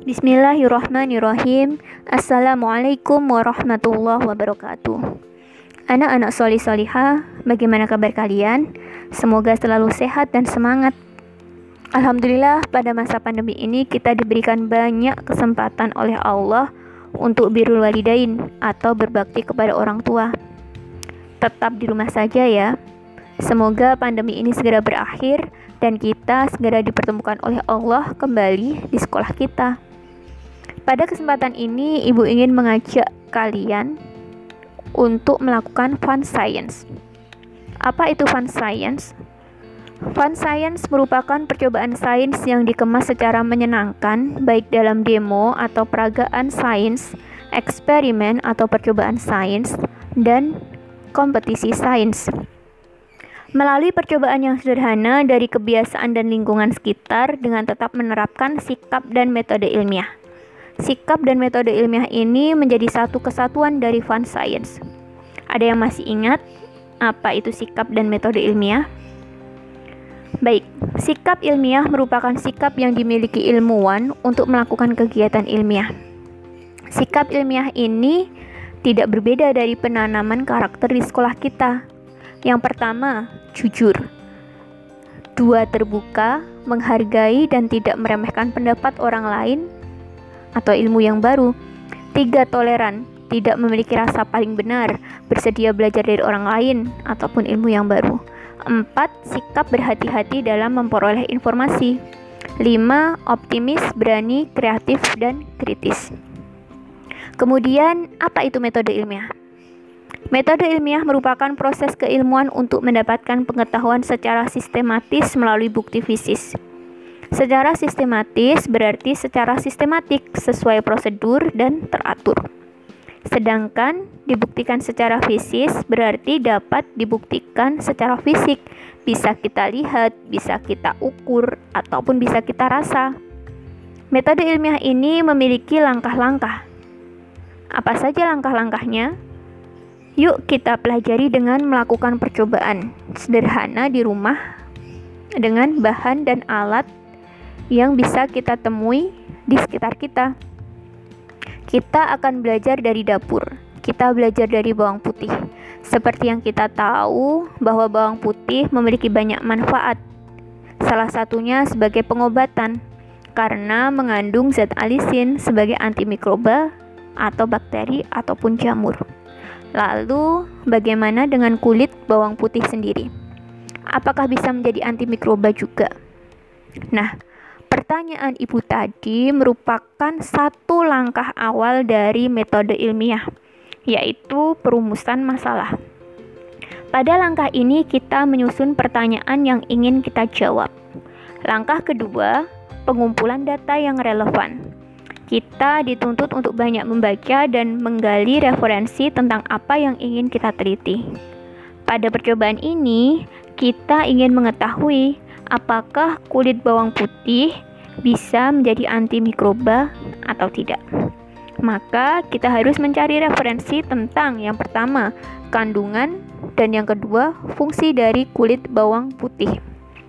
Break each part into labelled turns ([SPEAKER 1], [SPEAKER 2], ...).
[SPEAKER 1] Bismillahirrahmanirrahim. Assalamualaikum warahmatullahi wabarakatuh. Anak-anak solih-solihah, bagaimana kabar kalian? Semoga selalu sehat dan semangat. Alhamdulillah, pada masa pandemi ini kita diberikan banyak kesempatan oleh Allah untuk birrul walidain atau berbakti kepada orang tua. Tetap di rumah saja ya. Semoga pandemi ini segera berakhir dan kita segera dipertemukan oleh Allah kembali di sekolah kita. Pada kesempatan ini, Ibu ingin mengajak kalian untuk melakukan fun science. Apa itu fun science? Fun science merupakan percobaan sains yang dikemas secara menyenangkan, baik dalam demo atau peragaan sains, eksperimen atau percobaan sains, dan kompetisi sains. Melalui percobaan yang sederhana dari kebiasaan dan lingkungan sekitar dengan tetap menerapkan sikap dan metode ilmiah. Sikap dan metode ilmiah ini menjadi satu kesatuan dari fun science. Ada yang masih ingat apa itu sikap dan metode ilmiah? Baik, sikap ilmiah merupakan sikap yang dimiliki ilmuwan untuk melakukan kegiatan ilmiah. Sikap ilmiah ini tidak berbeda dari penanaman karakter di sekolah kita. Yang pertama, jujur. 2, terbuka, menghargai dan tidak meremehkan pendapat orang lain atau ilmu yang baru. 3, toleran, tidak memiliki rasa paling benar, bersedia belajar dari orang lain ataupun ilmu yang baru. 4, sikap berhati-hati dalam memperoleh informasi. 5, optimis, berani, kreatif, dan kritis. Kemudian, apa itu metode ilmiah? Metode ilmiah merupakan proses keilmuan untuk mendapatkan pengetahuan secara sistematis melalui bukti fisis. Secara sistematis berarti secara sistematik, sesuai prosedur dan teratur. Sedangkan dibuktikan secara fisis berarti dapat dibuktikan secara fisik, bisa kita lihat, bisa kita ukur, ataupun bisa kita rasa. Metode ilmiah ini memiliki langkah-langkah. Apa saja langkah-langkahnya? Yuk kita pelajari dengan melakukan percobaan sederhana di rumah dengan bahan dan alat yang bisa kita temui di sekitar kita. Kita akan belajar dari dapur. Kita belajar dari bawang putih. Seperti yang kita tahu bahwa bawang putih memiliki banyak manfaat. Salah satunya sebagai pengobatan karena mengandung zat alisin sebagai antimikroba atau bakteri ataupun jamur. Lalu, bagaimana dengan kulit bawang putih sendiri? Apakah bisa menjadi antimikroba juga? Nah, pertanyaan Ibu tadi merupakan satu langkah awal dari metode ilmiah, yaitu perumusan masalah. Pada langkah ini, kita menyusun pertanyaan yang ingin kita jawab. Langkah kedua, pengumpulan data yang relevan. Kita dituntut untuk banyak membaca dan menggali referensi tentang apa yang ingin kita teliti. Pada percobaan ini, kita ingin mengetahui apakah kulit bawang putih bisa menjadi antimikroba atau tidak. Maka kita harus mencari referensi tentang yang pertama, kandungan, dan yang kedua, fungsi dari kulit bawang putih.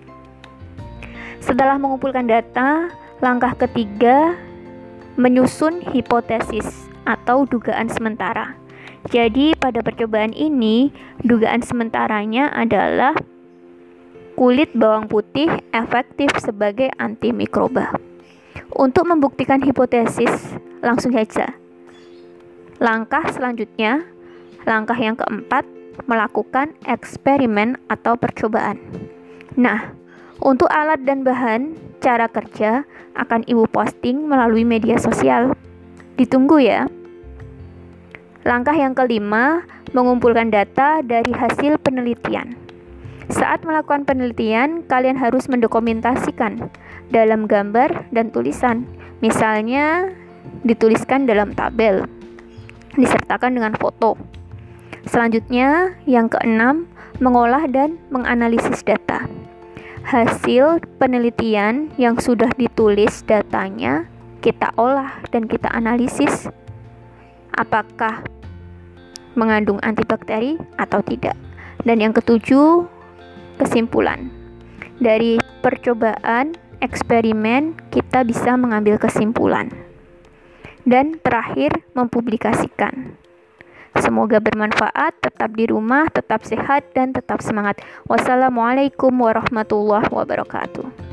[SPEAKER 1] Setelah mengumpulkan data, langkah ketiga, menyusun hipotesis atau dugaan sementara. Jadi pada percobaan ini, dugaan sementaranya adalah kulit bawang putih efektif sebagai antimikroba. Untuk membuktikan hipotesis, langsung saja. Langkah selanjutnya, langkah yang keempat, melakukan eksperimen atau percobaan. Nah, untuk alat dan bahan, cara kerja akan Ibu posting melalui media sosial. Ditunggu ya. Langkah yang kelima, mengumpulkan data dari hasil penelitian. Saat melakukan penelitian, kalian harus mendokumentasikan dalam gambar dan tulisan. Misalnya, dituliskan dalam tabel, disertakan dengan foto. Selanjutnya, yang keenam, mengolah dan menganalisis data. Hasil penelitian yang sudah ditulis datanya, kita olah dan kita analisis. Apakah mengandung antibakteri atau tidak. Dan yang ketujuh, kesimpulan. Dari percobaan eksperimen kita bisa mengambil kesimpulan. Dan terakhir, mempublikasikan. Semoga bermanfaat, tetap di rumah, tetap sehat, dan tetap semangat. Wassalamualaikum warahmatullahi wabarakatuh.